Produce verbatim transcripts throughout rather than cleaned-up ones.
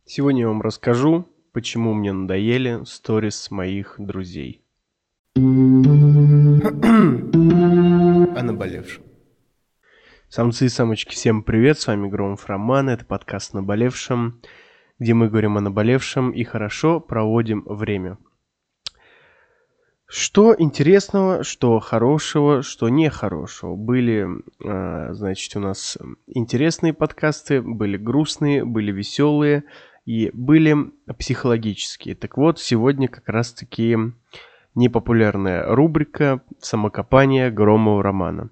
Сегодня я вам расскажу, почему мне надоели сторис моих друзей. О наболевшем. Самцы и самочки, всем привет, с вами Громов Роман, это подкаст «О наболевшем», где мы говорим о наболевшем и хорошо проводим время. Что интересного, что хорошего, что нехорошего. Были, значит, у нас интересные подкасты, были грустные, были веселые и были психологические. Так вот, сегодня как раз-таки непопулярная рубрика «Самокопание Громова Романа».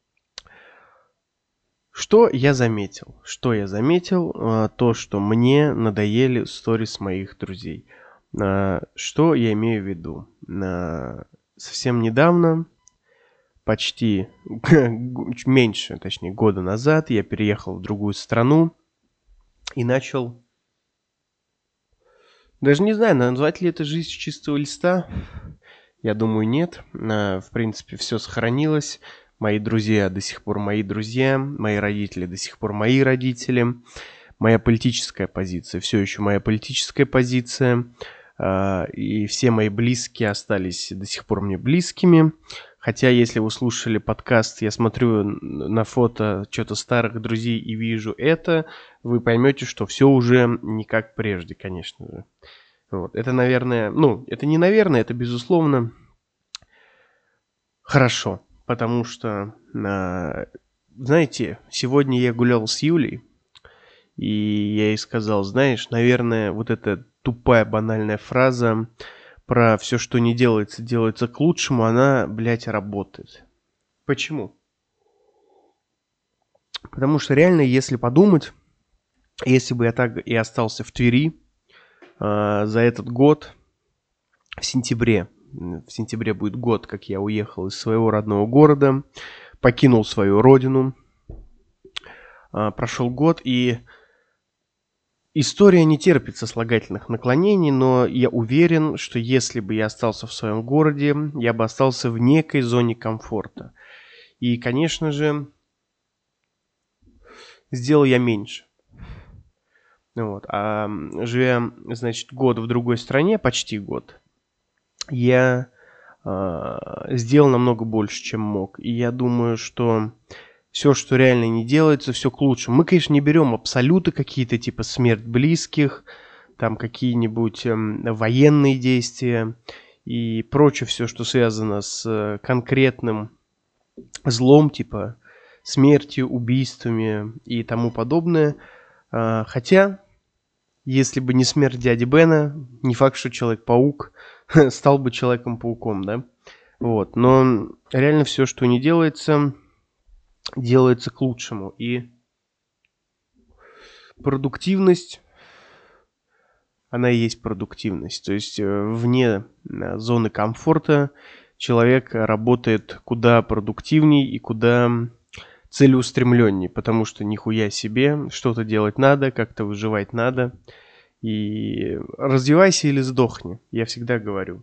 Что я заметил? Что я заметил? То, что мне надоели сторис моих друзей. Что я имею в виду? Совсем недавно, почти меньше, точнее, года назад, я переехал в другую страну и начал... Даже не знаю, назвать ли это жизнь с чистого листа. Я думаю, нет. В принципе, все сохранилось. Мои друзья до сих пор мои друзья. Мои родители до сих пор мои родители. Моя политическая позиция все еще моя политическая позиция. И все мои близкие остались до сих пор мне близкими. Хотя, если вы слушали подкаст, я смотрю на фото что-то старых друзей и вижу это, вы поймете, что все уже не как прежде, конечно же. Вот. Это, наверное, ну, это не наверное, это, безусловно, хорошо. Потому что, знаете, сегодня я гулял с Юлей, и я ей сказал, знаешь, наверное, вот эта тупая банальная фраза про все, что не делается, делается к лучшему, она, блядь, работает. Почему? Потому что реально, если подумать, если бы я так и остался в Твери э, за этот год, в сентябре, в сентябре будет год, как я уехал из своего родного города, покинул свою родину, э, прошел год, и история не терпит сослагательных наклонений, но я уверен, что если бы я остался в своем городе, я бы остался в некой зоне комфорта. И, конечно же, сделал я меньше. Вот. А живя, значит, год в другой стране, почти год, я э, сделал намного больше, чем мог. И я думаю, что все, что реально не делается, все к лучшему. Мы, конечно, не берем абсолюты какие-то, типа смерть близких, там какие-нибудь э, военные действия и прочее, все, что связано с конкретным злом, типа смертью, убийствами и тому подобное. Э, хотя, если бы не смерть дяди Бена, не факт, что Человек-паук стал бы Человеком-пауком, да? Вот. Но реально все, что не делается... делается к лучшему. И продуктивность, она и есть продуктивность. То есть вне зоны комфорта человек работает куда продуктивней и куда целеустремленней, потому что нихуя себе, что-то делать надо, как-то выживать надо. И развивайся или сдохни, я всегда говорю.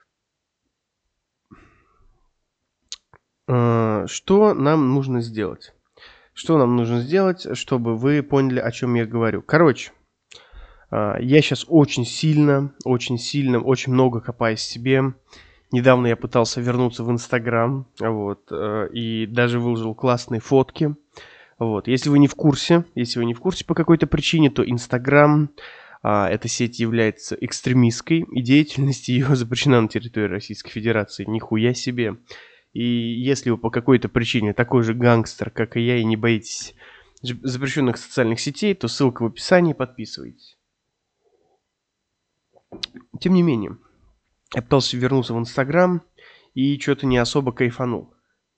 Что нам нужно сделать? Что нам нужно сделать, чтобы вы поняли, о чем я говорю? Короче, я сейчас очень сильно, очень сильно, очень много копаюсь в себе. Недавно я пытался вернуться в Инстаграм, вот, и даже выложил классные фотки. Вот. Если вы не в курсе, если вы не в курсе по какой-то причине, то Инстаграм, эта сеть является экстремистской, и деятельность ее запрещена на территории Российской Федерации. Нихуя себе. И если вы по какой-то причине такой же гангстер, как и я, и не боитесь запрещенных социальных сетей, то ссылка в описании, подписывайтесь. Тем не менее, я пытался вернуться в Инстаграм и что-то не особо кайфанул.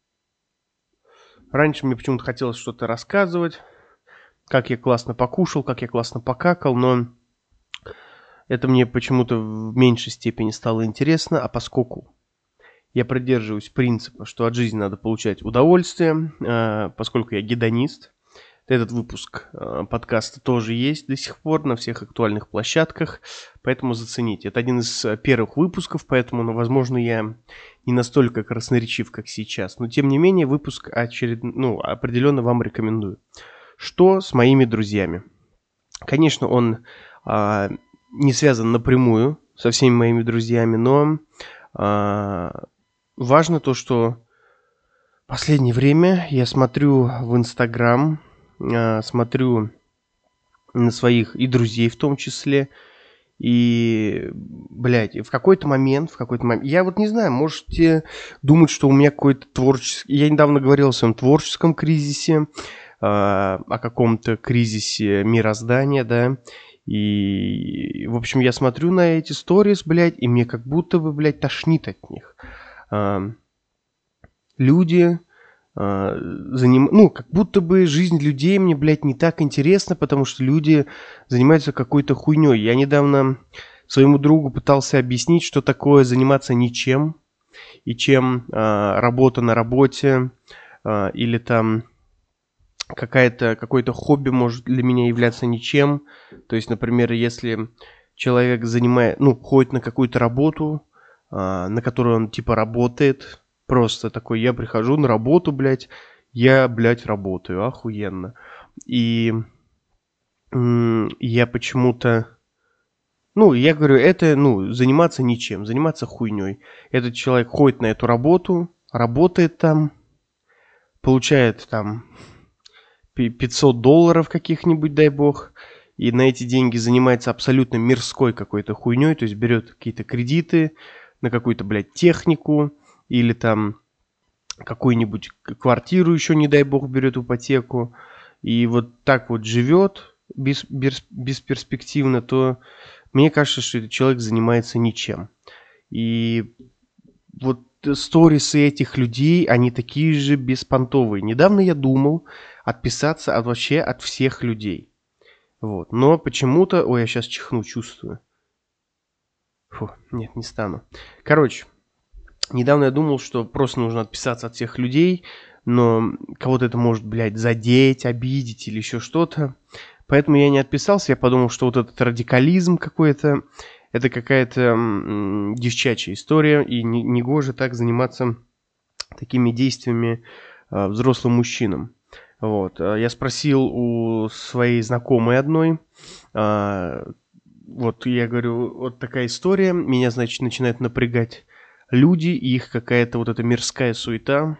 Раньше мне почему-то хотелось что-то рассказывать, как я классно покушал, как я классно покакал, но это мне почему-то в меньшей степени стало интересно, а поскольку я придерживаюсь принципа, что от жизни надо получать удовольствие, поскольку я гедонист. Этот выпуск подкаста тоже есть до сих пор на всех актуальных площадках, поэтому зацените. Это один из первых выпусков, поэтому, ну, возможно, я не настолько красноречив, как сейчас. Но, тем не менее, выпуск очеред... ну, определенно вам рекомендую. Что с моими друзьями? Конечно, он а, не связан напрямую со всеми моими друзьями, но а, важно то, что в последнее время я смотрю в Инстаграм, а, смотрю на своих и друзей в том числе, и, блядь, в какой-то момент, в какой-то момент, я вот не знаю, можете думать, что у меня какой-то творческий... Я недавно говорил о своем творческом кризисе, а, о каком-то кризисе мироздания, да, и, в общем, я смотрю на эти сторис, блядь, и мне как будто бы, блядь, тошнит от них. А, люди... а, заним... Ну, как будто бы жизнь людей мне, блядь, не так интересна, потому что люди занимаются какой-то хуйней. Я недавно своему другу пытался объяснить, что такое заниматься ничем, и чем а, работа на работе, а, или там какая-то, какое-то хобби может для меня являться ничем. То есть, например, если человек занимает, ну, ходит на какую-то работу, а, на которой он типа работает, просто такой, я прихожу на работу, блядь, я, блядь, работаю, охуенно. И м, я почему-то, ну, я говорю, это, ну, заниматься ничем, заниматься хуйней. Этот человек ходит на эту работу, работает там, получает там пятьсот долларов каких-нибудь, дай бог, и на эти деньги занимается абсолютно мирской какой-то хуйней, то есть берет какие-то кредиты на какую-то, блядь, технику, или там какую-нибудь квартиру еще, не дай бог, берет в ипотеку, и вот так вот живет без, без, бесперспективно, то мне кажется, что этот человек занимается ничем. И вот сторисы этих людей, они такие же беспонтовые. Недавно я думал отписаться от вообще от всех людей. Вот. Но почему-то... Ой, я сейчас чихну, чувствую. Фу, нет, не стану. Короче, недавно я думал, что просто нужно отписаться от всех людей, но кого-то это может, блядь, задеть, обидеть или еще что-то. Поэтому я не отписался, я подумал, что вот этот радикализм какой-то, это какая-то м, девчачья история, и не, не гоже так заниматься такими действиями э, взрослым мужчинам. Вот. Я спросил у своей знакомой одной, э, вот я говорю, вот такая история, меня, значит, начинает напрягать люди и их какая-то вот эта мирская суета.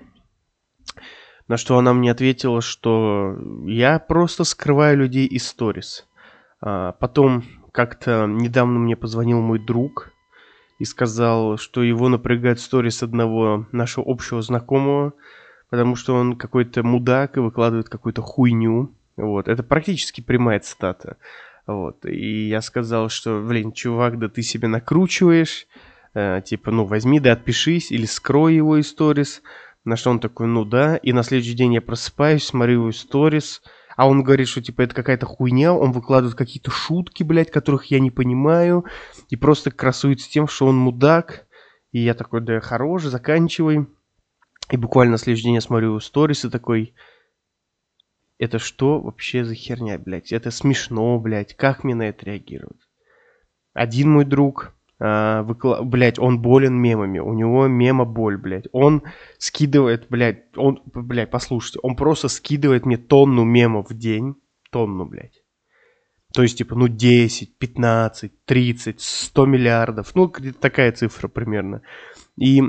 На что она мне ответила, что я просто скрываю людей из сторис. А потом как-то недавно мне позвонил мой друг и сказал, что его напрягает сторис одного нашего общего знакомого, потому что он какой-то мудак и выкладывает какую-то хуйню. Вот. Это практически прямая цитата. Вот. И я сказал, что, блин, чувак, да ты себя накручиваешь. Э, типа, ну, возьми да отпишись или скрой его из сторис. На что он такой, ну да. И на следующий день я просыпаюсь, смотрю его сторис. А он говорит, что типа это какая-то хуйня. Он выкладывает какие-то шутки, блядь, которых я не понимаю. И просто красуется тем, что он мудак. И я такой, да хорош, заканчивай. И буквально на следующий день я смотрю его сторис и такой... Это что вообще за херня, блядь? Это смешно, блядь. Как мне на это реагировать? Один мой друг... Uh, выкла... Блять, он болен мемами. У него мема-боль, блядь. Он скидывает, блядь, он, блядь, послушайте, он просто скидывает мне тонну мемов в день. Тонну, блядь. То есть, типа, ну, десять, пятнадцать, тридцать, сто миллиардов. Ну, такая цифра примерно. И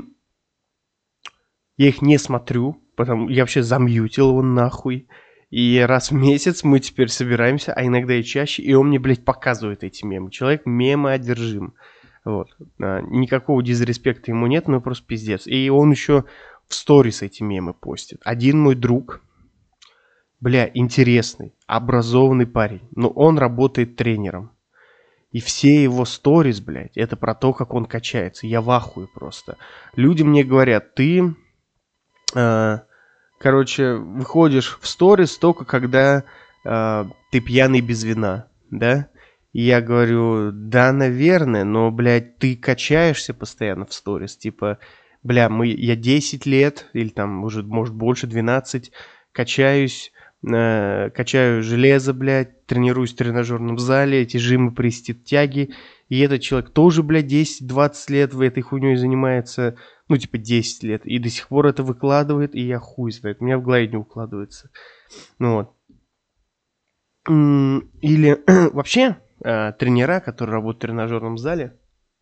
я их не смотрю, потому я вообще замьютил его нахуй. И раз в месяц мы теперь собираемся, а иногда и чаще, и он мне, блядь, показывает эти мемы. Человек мемоодержим. Вот. А, никакого дизреспекта ему нет, но просто пиздец. И он еще в сторис эти мемы постит. Один мой друг, бля, интересный, образованный парень, но он работает тренером. И все его сторис, блядь, это про то, как он качается. Я в ахуе просто. Люди мне говорят, ты, э, короче, выходишь в сторис только когда э, ты пьяный без вина, да? И я говорю, да, наверное, но, блядь, ты качаешься постоянно в сторис. Типа, бля, мы, я десять лет, или там, уже, может, больше, двенадцать, качаюсь, э, качаю железо, блядь, тренируюсь в тренажерном зале, эти жимы, прессы, тяги. И этот человек тоже, блядь, десять-двадцать лет в этой хуйней занимается, ну, типа, десять лет, и до сих пор это выкладывает, и я хуй знает, у меня в голове не укладывается. Ну вот. Или вообще... э, тренера, которые работают в тренажерном зале,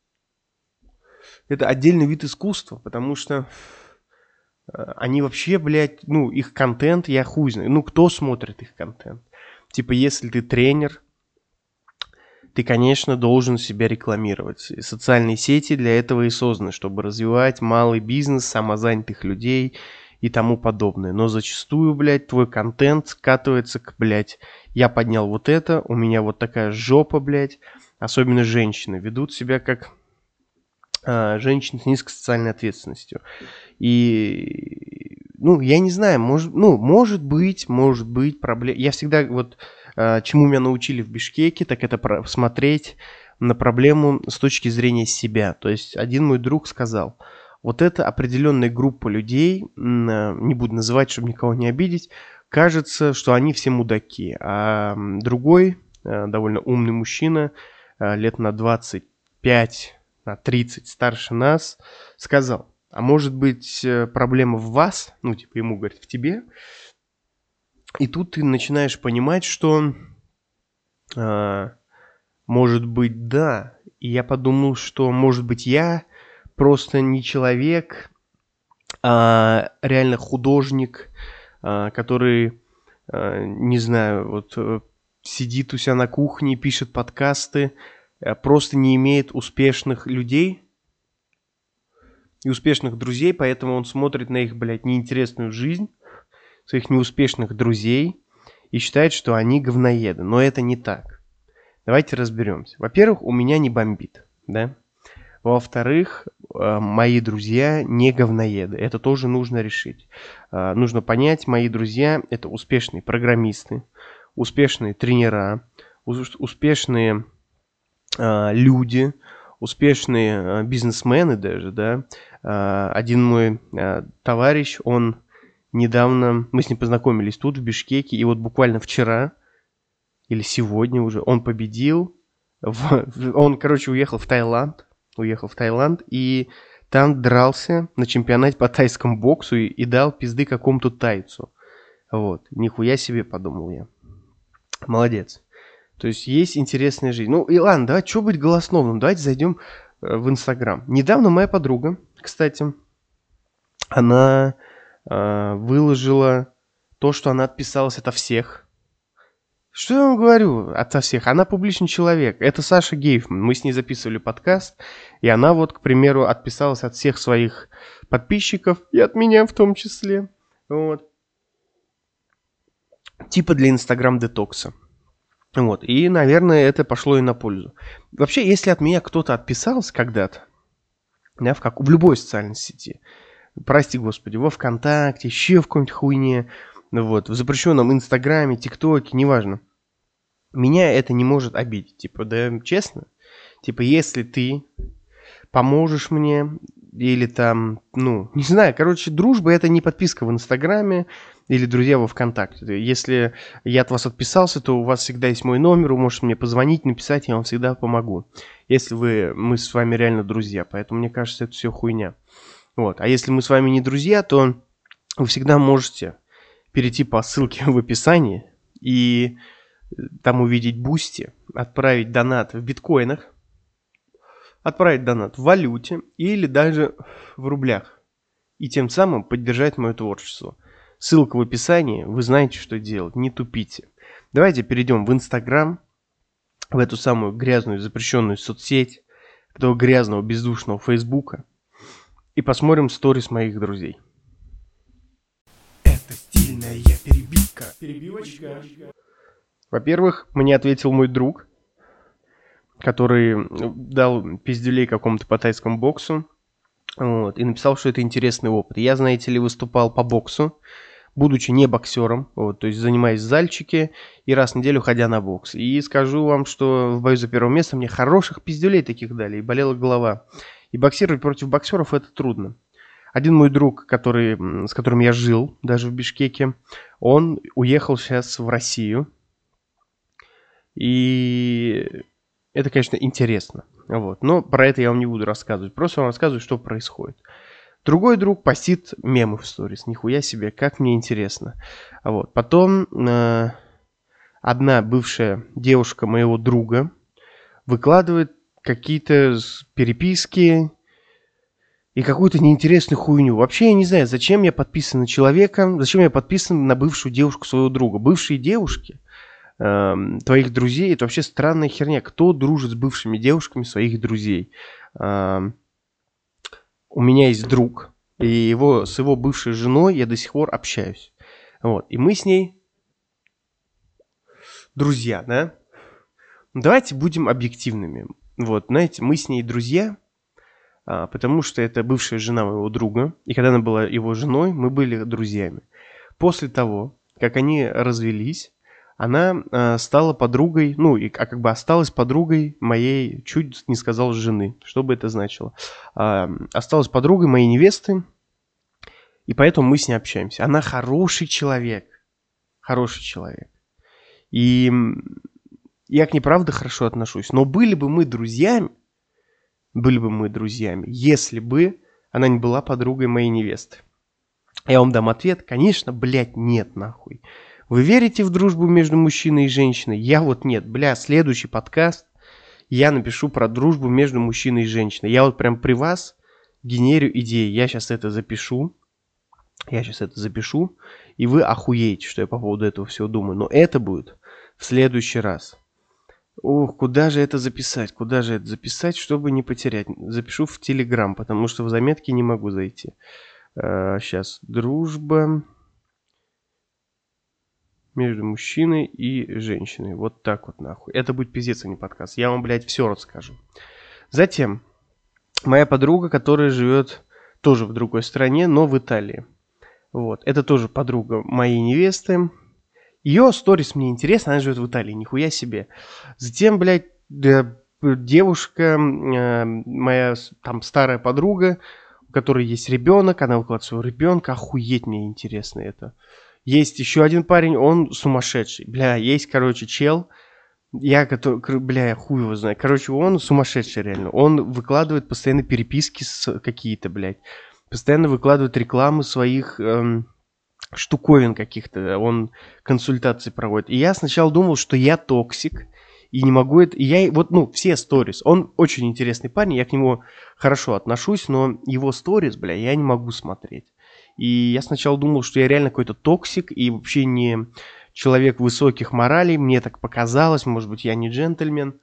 это отдельный вид искусства, потому что э, они вообще, блядь, ну, их контент, я хуй знаю. Ну, кто смотрит их контент? Типа, если ты тренер, ты, конечно, должен себя рекламировать. И социальные сети для этого и созданы, чтобы развивать малый бизнес, самозанятых людей и тому подобное. Но зачастую, блядь, твой контент скатывается к, блядь, я поднял вот это, у меня вот такая жопа, блядь. Особенно женщины ведут себя как а, женщины с низкой социальной ответственностью. И, ну, я не знаю, может, ну, может быть, может быть, проблема. Я всегда вот, а, чему меня научили в Бишкеке, так это про- смотреть на проблему с точки зрения себя. То есть один мой друг сказал, вот это определенная группа людей, м, а, не буду называть, чтобы никого не обидеть, кажется, что они все мудаки. А м, другой, а, довольно умный мужчина, а, лет на двадцать пять, на тридцать старше нас, сказал, а может быть э, проблема в вас, ну типа ему говорит, в тебе, и тут ты начинаешь понимать, что а, может быть да, и я подумал, что может быть я просто не человек, а реально художник, а, который, а, не знаю, вот э, сидит у себя на кухне, пишет подкасты, а, просто не имеет успешных людей и успешных друзей, поэтому он смотрит на их, блядь, неинтересную жизнь, своих неуспешных друзей и считает, что они говноеды. Но это не так. Давайте разберемся. Во-первых, у меня не бомбит, да? Во-вторых, э, мои друзья не говноеды. Это тоже нужно решить. Э, Нужно понять, мои друзья – это успешные программисты, успешные тренера, ус- успешные э, люди, успешные э, бизнесмены даже, да. Э, Один мой э, товарищ, он недавно, мы с ним познакомились тут, в Бишкеке, и вот буквально вчера или сегодня уже он победил. в- в- Он, короче, уехал в Таиланд, уехал в Таиланд и там дрался на чемпионате по тайскому боксу и, и дал пизды какому-то тайцу. Вот, нихуя себе, подумал я. Молодец. То есть есть интересная жизнь. Ну и ладно, давай, что быть голословным, давайте зайдем э, в Инстаграм. Недавно моя подруга, кстати, она э, выложила то, что она отписалась ото всех. Что я вам говорю ото всех? Она публичный человек. Это Саша Гейфман. Мы с ней записывали подкаст, и она вот, к примеру, отписалась от всех своих подписчиков, и от меня в том числе. Вот. Типа для Инстаграм-детокса. Вот. И, наверное, это пошло и на пользу. Вообще, если от меня кто-то отписался когда-то, да, в, как, в любой социальной сети, прости господи, во ВКонтакте, еще в какой-нибудь хуйне, ну вот, в запрещенном Инстаграме, ТикТоке, неважно, меня это не может обидеть. Типа, да, честно, типа, если ты поможешь мне, или там, ну, не знаю, короче, дружба это не подписка в Инстаграме или друзья во ВКонтакте. Если я от вас отписался, то у вас всегда есть мой номер, вы можете мне позвонить, написать, я вам всегда помогу. Если вы, мы с вами реально друзья, поэтому мне кажется, это все хуйня. Вот, а если мы с вами не друзья, то вы всегда можете перейти по ссылке в описании и там увидеть Бусти, отправить донат в биткоинах, отправить донат в валюте или даже в рублях. И тем самым поддержать мое творчество. Ссылка в описании, вы знаете, что делать, не тупите. Давайте перейдем в Инстаграм, в эту самую грязную запрещенную соцсеть, этого грязного бездушного Фейсбука, и посмотрим сторис моих друзей. Это стильная перебивка. Перебивочка. Во-первых, мне ответил мой друг, который дал пиздюлей какому-то по тайскому боксу, вот, и написал, что это интересный опыт. Я, знаете ли, выступал по боксу, будучи не боксером, вот, то есть занимаясь в зальчике и раз в неделю ходя на бокс. И скажу вам, что в бою за первое место мне хороших пиздюлей таких дали, и болела голова. И боксировать против боксеров это трудно. Один мой друг, который, с которым я жил даже в Бишкеке, он уехал сейчас в Россию. И это, конечно, интересно. Вот. Но про это я вам не буду рассказывать. Просто вам рассказываю, что происходит. Другой друг постит мемы в сторис. Нихуя себе, как мне интересно. Вот. Потом э, одна бывшая девушка моего друга выкладывает какие-то переписки и какую-то неинтересную хуйню. Вообще я не знаю, зачем я подписан на человека, зачем я подписан на бывшую девушку своего друга. Бывшие девушки э, твоих друзей — это вообще странная херня. Кто дружит с бывшими девушками своих друзей? Э, у меня есть друг, и его, с его бывшей женой я до сих пор общаюсь. Вот. И мы с ней друзья, да? Давайте будем объективными. Вот, знаете, мы с ней друзья, а, потому что это бывшая жена моего друга. И когда она была его женой, мы были друзьями. После того, как они развелись, она а, стала подругой, ну, и, а как бы осталась подругой моей, чуть не сказал, жены. Что бы это значило? А, осталась подругой моей невесты, и поэтому мы с ней общаемся. Она хороший человек. Хороший человек. И я к ней правда хорошо отношусь. Но были бы мы друзьями, были бы мы друзьями, если бы она не была подругой моей невесты. Я вам дам ответ. Конечно, блядь, нет, нахуй. Вы верите в дружбу между мужчиной и женщиной? Я вот нет. Бля, следующий подкаст я напишу про дружбу между мужчиной и женщиной. Я вот прям при вас генерю идеи. Я сейчас это запишу. Я сейчас это запишу. И вы охуеете, что я по поводу этого всего думаю. Но это будет в следующий раз. Ох, куда же это записать? Куда же это записать, чтобы не потерять? Запишу в Телеграм, потому что в заметки не могу зайти. А, сейчас. Дружба между мужчиной и женщиной. Вот так вот нахуй. Это будет пиздец, а не подкаст. Я вам, блядь, все расскажу. Затем. Моя подруга, которая живет тоже в другой стране, но в Италии. Вот. Это тоже подруга моей невесты. Ее сторис мне интересно, она живет в Италии, нихуя себе. Затем, блядь, девушка, э, моя там старая подруга, у которой есть ребенок, она выкладывает своего ребенка, охуеть мне интересно это. Есть еще один парень, он сумасшедший. Бля, есть, короче, чел, я, который, бля, я хуй его знаю. Короче, он сумасшедший реально. Он выкладывает постоянно переписки с какие-то, блядь. Постоянно выкладывает рекламы своих... Эм, штуковин каких-то, он консультации проводит. И я сначала думал, что я токсик, и не могу это... И я, вот, ну, все сторис. Он очень интересный парень, я к нему хорошо отношусь, но его сторис, бля, я не могу смотреть. И я сначала думал, что я реально какой-то токсик, и вообще не человек высоких моралей, мне так показалось, может быть, я не джентльмен.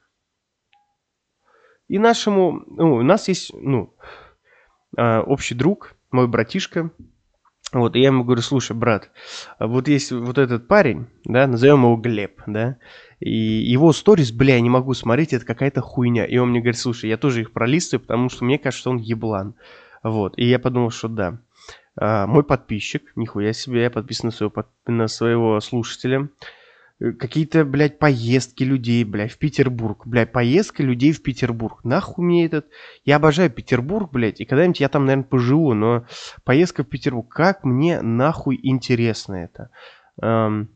И нашему... Ну, у нас есть, ну, общий друг, мой братишка. Вот, и я ему говорю: слушай, брат, вот есть вот этот парень, да, назовем его Глеб, да, и его сторис, бля, я не могу смотреть, это какая-то хуйня. И он мне говорит: слушай, я тоже их пролистываю, потому что мне кажется, что он еблан. Вот, и я подумал, что да. А, мой подписчик, нихуя себе, я подписан на своего, на своего слушателя. Какие-то, блядь, поездки людей, блядь, в Петербург. Блядь, поездка людей в Петербург. Нахуй мне этот... Я обожаю Петербург, блядь, и когда-нибудь я там, наверное, поживу, но поездка в Петербург, как мне нахуй интересно это. Эм...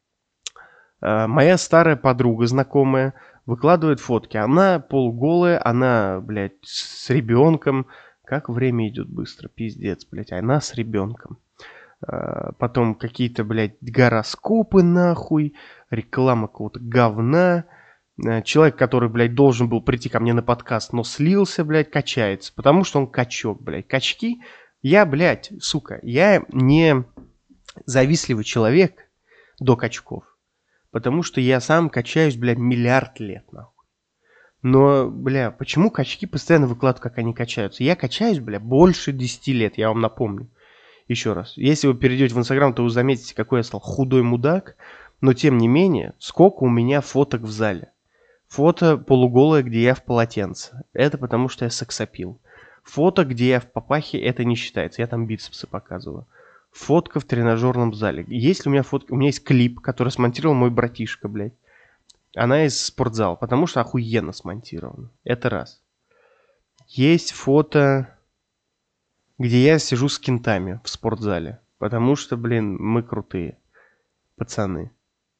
Э, моя старая подруга, знакомая, выкладывает фотки. Она полуголая, она, блядь, с ребенком. Как время идет быстро, пиздец, блядь, она с ребенком. Потом какие-то, блядь, гороскопы нахуй, реклама какого-то говна. Человек, который, блядь, должен был прийти ко мне на подкаст, но слился, блядь, качается. Потому что он качок, блядь. Качки, я, блядь, сука, я не завистливый человек до качков. Потому что я сам качаюсь, блядь, миллиард лет, нахуй. Но, бля, почему качки постоянно выкладывают, как они качаются? Я качаюсь, бля, больше десяти лет, я вам напомню. Еще раз, если вы перейдете в Инстаграм, то вы заметите, какой я стал худой мудак. Но тем не менее, сколько у меня фоток в зале. Фото полуголое, где я в полотенце. Это потому, что я сексапил. Фото, где я в папахе, это не считается. Я там бицепсы показываю. Фотка в тренажерном зале. Есть ли у меня фотка? У меня есть клип, который смонтировал мой братишка, блядь. Она из спортзала, потому что охуенно смонтирована. Это раз. Есть фото... где я сижу с кентами в спортзале. Потому что, блин, мы крутые пацаны.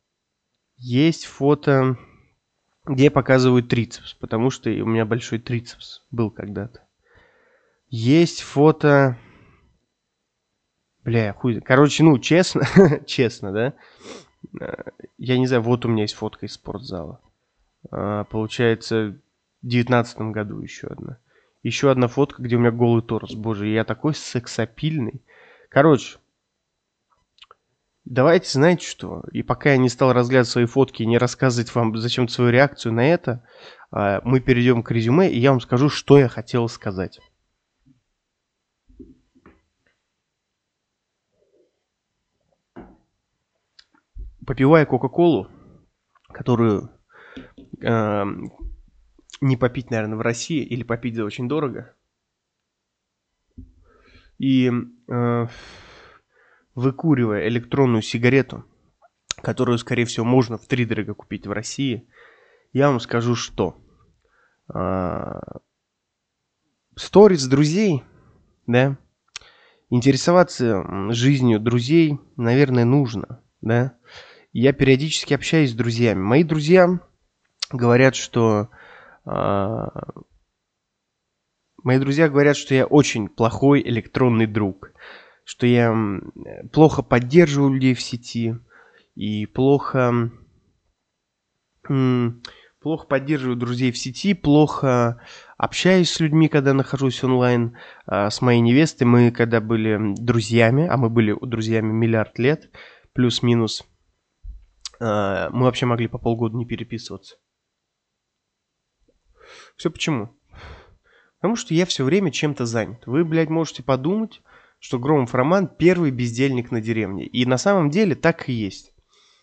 Есть фото, где я показываю трицепс, потому что у меня большой трицепс был когда-то. Есть фото... Бля, хуй... Короче, ну, честно, честно, да? Я не знаю, вот у меня есть фотка из спортзала. А, получается, в девятнадцатом году еще одна. Еще одна фотка, где у меня голый торс. Боже, я такой сексапильный. Короче, давайте, знаете что? И пока я не стал разглядывать свои фотки и не рассказывать вам зачем-то свою реакцию на это, мы перейдем к резюме, и я вам скажу, что я хотел сказать. Попивая Кока-Колу, которую э, не попить, наверное, в России, или попить за очень дорого, и э, выкуривая электронную сигарету, которую, скорее всего, можно втридорога купить в России, я вам скажу, что сторис друзей, да, интересоваться жизнью друзей, наверное, нужно, да. Я периодически общаюсь с друзьями. Мои друзья говорят, что э, мои друзья говорят, что я очень плохой электронный друг, что я плохо поддерживаю людей в сети и плохо м, плохо поддерживаю друзей в сети, плохо общаюсь с людьми, когда нахожусь онлайн. Э, с моей невестой мы когда были друзьями, а мы были друзьями миллиард лет, плюс-минус. Мы вообще могли по полгода не переписываться. Все почему? Потому что я все время чем-то занят. Вы, блядь, можете подумать, что Громов Роман первый бездельник на деревне. И на самом деле так и есть.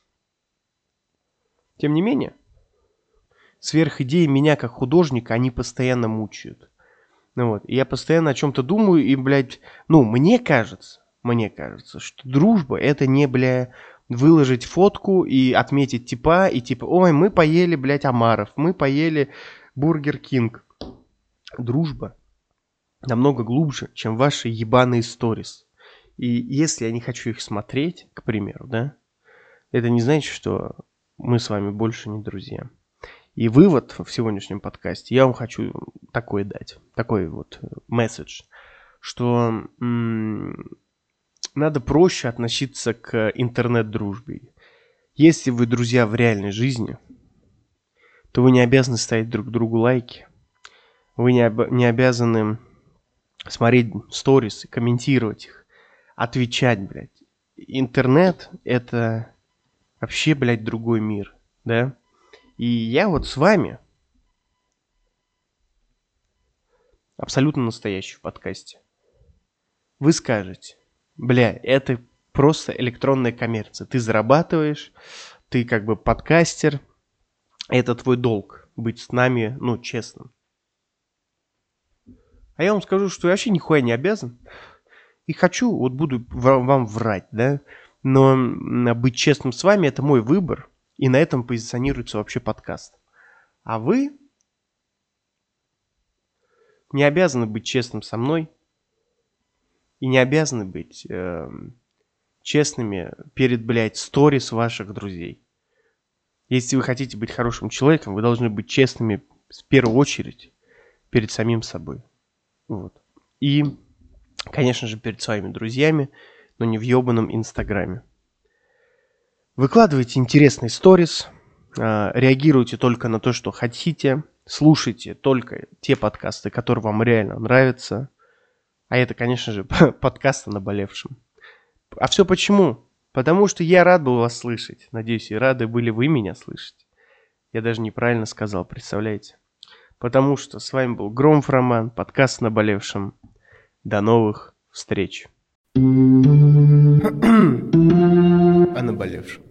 Тем не менее, сверхидеи меня как художника, они постоянно мучают. Ну вот, и я постоянно о чем-то думаю, и, блядь, ну, мне кажется, мне кажется, что дружба это не, бля, выложить фотку и отметить типа, и типа, ой, мы поели, блядь, омаров, мы поели Бургер Кинг. Дружба намного глубже, чем ваши ебаные сторис. И если я не хочу их смотреть, к примеру, да, это не значит, что мы с вами больше не друзья. И вывод в сегодняшнем подкасте я вам хочу такой дать, такой вот месседж, что м- надо проще относиться к интернет-дружбе. Если вы друзья в реальной жизни, то вы не обязаны ставить друг другу лайки, вы не, об- не обязаны смотреть сторисы, комментировать их, отвечать, блядь. Интернет — это вообще, блядь, другой мир, да? И я вот с вами абсолютно настоящий в подкасте. Вы скажете, бля, это просто электронная коммерция. Ты зарабатываешь, ты как бы подкастер. Это твой долг быть с нами, ну, честным. А я вам скажу, что я вообще нихуя не обязан. И хочу, вот буду вам врать, да. Но быть честным с вами — это мой выбор. И на этом позиционируется вообще подкаст. А вы не обязаны быть честным со мной. И не обязаны быть э, честными перед, блядь, сторис ваших друзей. Если вы хотите быть хорошим человеком, вы должны быть честными в первую очередь перед самим собой. Вот. И, конечно же, перед своими друзьями, но не в ебаном Инстаграме. Выкладывайте интересные сторис, э, реагируйте только на то, что хотите, слушайте только те подкасты, которые вам реально нравятся. А это, конечно же, подкаст о наболевшем. А все почему? Потому что я рад был вас слышать. Надеюсь, и рады были вы меня слышать. Я даже неправильно сказал, представляете? Потому что с вами был Громов Роман, подкаст о наболевшем. До новых встреч. О наболевшем.